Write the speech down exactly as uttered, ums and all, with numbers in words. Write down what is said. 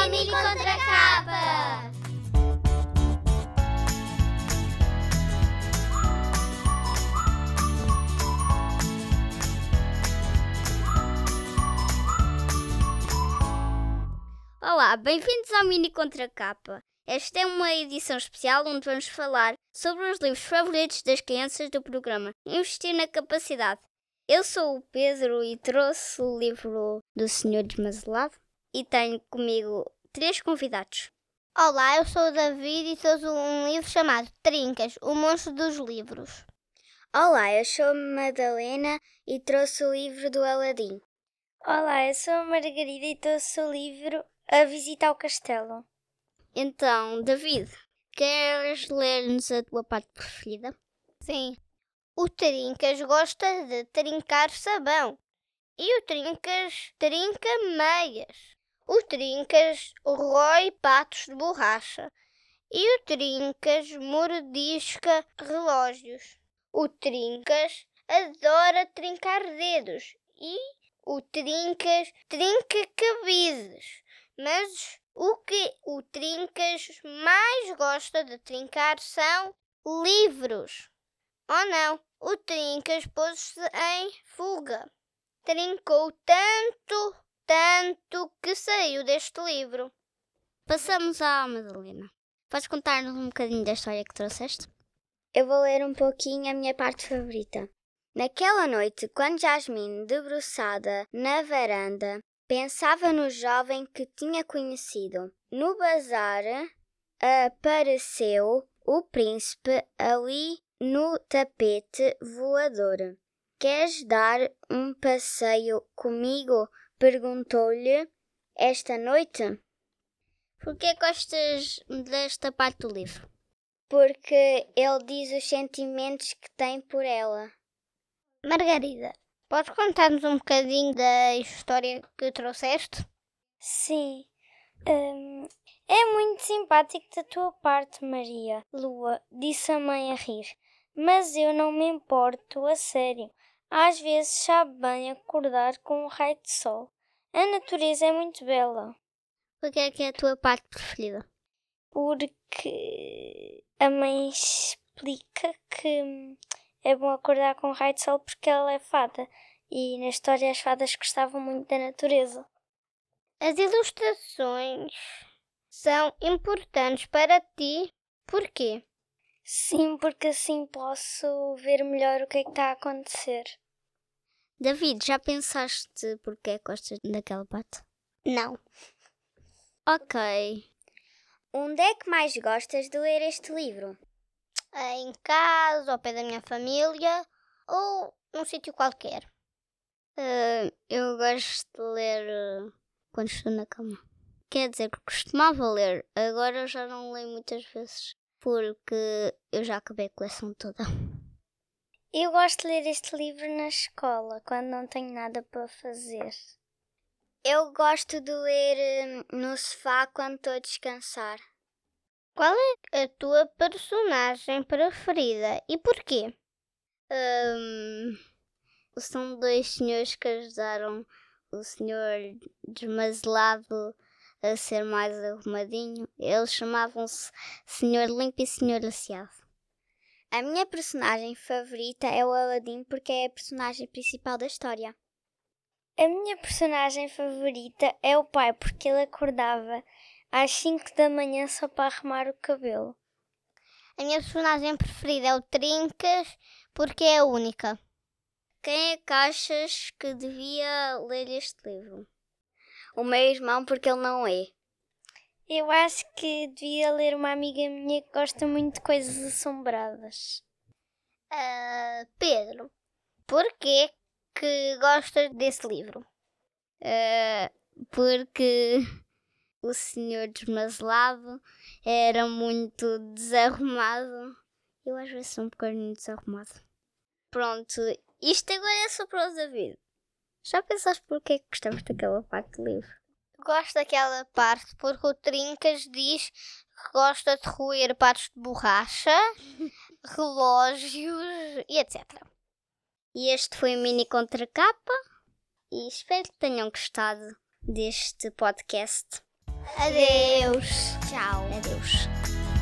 a mini contracapa! Olá, bem-vindos ao Mini Contracapa. Esta é uma edição especial onde vamos falar sobre os livros favoritos das crianças do programa Investir na Capacidade. Eu sou o Pedro e trouxe o livro do senhor Desmazelado e tenho comigo três convidados. Olá, eu sou o David e trouxe um livro chamado Trincas, o monstro dos livros. Olá, eu sou a Madalena e trouxe o livro do Aladim. Olá, eu sou a Margarida e trouxe o livro A Visita ao Castelo. Então, David, queres ler-nos a tua parte preferida? Sim. O Trincas gosta de trincar sabão. E o Trincas trinca meias. O Trincas rói patos de borracha. E o Trincas mordisca relógios. O Trincas adora trincar dedos. E o Trincas trinca cabides. Mas o que o Trincas mais gosta de trincar são livros. Oh não, o Trincas pôs-se em fuga. Trincou tanto, tanto que saiu deste livro. Passamos à Madalena. Podes contar-nos um bocadinho da história que trouxeste? Eu vou ler um pouquinho a minha parte favorita. Naquela noite, quando Jasmine, debruçada na varanda, pensava no jovem que tinha conhecido, no bazar apareceu o príncipe ali no tapete voador. Queres dar um passeio comigo? Perguntou-lhe esta noite. Por que gostas desta parte do livro? Porque ele diz os sentimentos que tem por ela. Margarida, podes contar-nos um bocadinho da história que trouxeste? Sim. Hum, é muito simpático da tua parte, Maria. Lua, disse a mãe a rir. Mas eu não me importo, a sério. Às vezes sabe bem acordar com um raio de sol. A natureza é muito bela. Por que é que é a tua parte preferida? Porque a mãe explica que é bom acordar com um raio de sol porque ela é fada. E na história as fadas gostavam muito da natureza. As ilustrações são importantes para ti. Por quê? Sim, porque assim posso ver melhor o que é que está a acontecer. David, já pensaste porque é que gostas daquela parte? Não. Ok. Onde é que mais gostas de ler este livro? Em casa, ao pé da minha família ou num sítio qualquer. Uh, eu gosto de ler uh, quando estou na cama. Quer dizer que costumava ler, agora já não leio muitas vezes. Porque eu já acabei a coleção toda. Eu gosto de ler este livro na escola, quando não tenho nada para fazer. Eu gosto de ler no sofá quando estou a descansar. Qual é a tua personagem preferida e porquê? Um, são dois senhores que ajudaram o senhor Desmazelado a ser mais arrumadinho. Eles chamavam-se senhor Limpo e senhor Asseado. A minha personagem favorita é o Aladim porque é a personagem principal da história. A minha personagem favorita é o pai porque ele acordava às cinco da manhã só para arrumar o cabelo. A minha personagem preferida é o Trincas porque é a única. Quem é que achas que devia ler este livro? O meu irmão, porque ele não é. Eu acho que devia ler uma amiga minha que gosta muito de coisas assombradas. Uh, Pedro, porquê que gostas desse livro? Uh, porque o senhor Desmazelado era muito desarrumado. Eu às vezes sou um bocadinho desarrumado. Pronto, isto agora é só para o David. Já pensaste porquê é que gostamos daquela parte do livro? Gosto daquela parte porque o Trincas diz que gosta de roer patos de borracha, relógios e etcétera. E este foi o Mini Contracapa e espero que tenham gostado deste podcast. Adeus. Tchau. Adeus.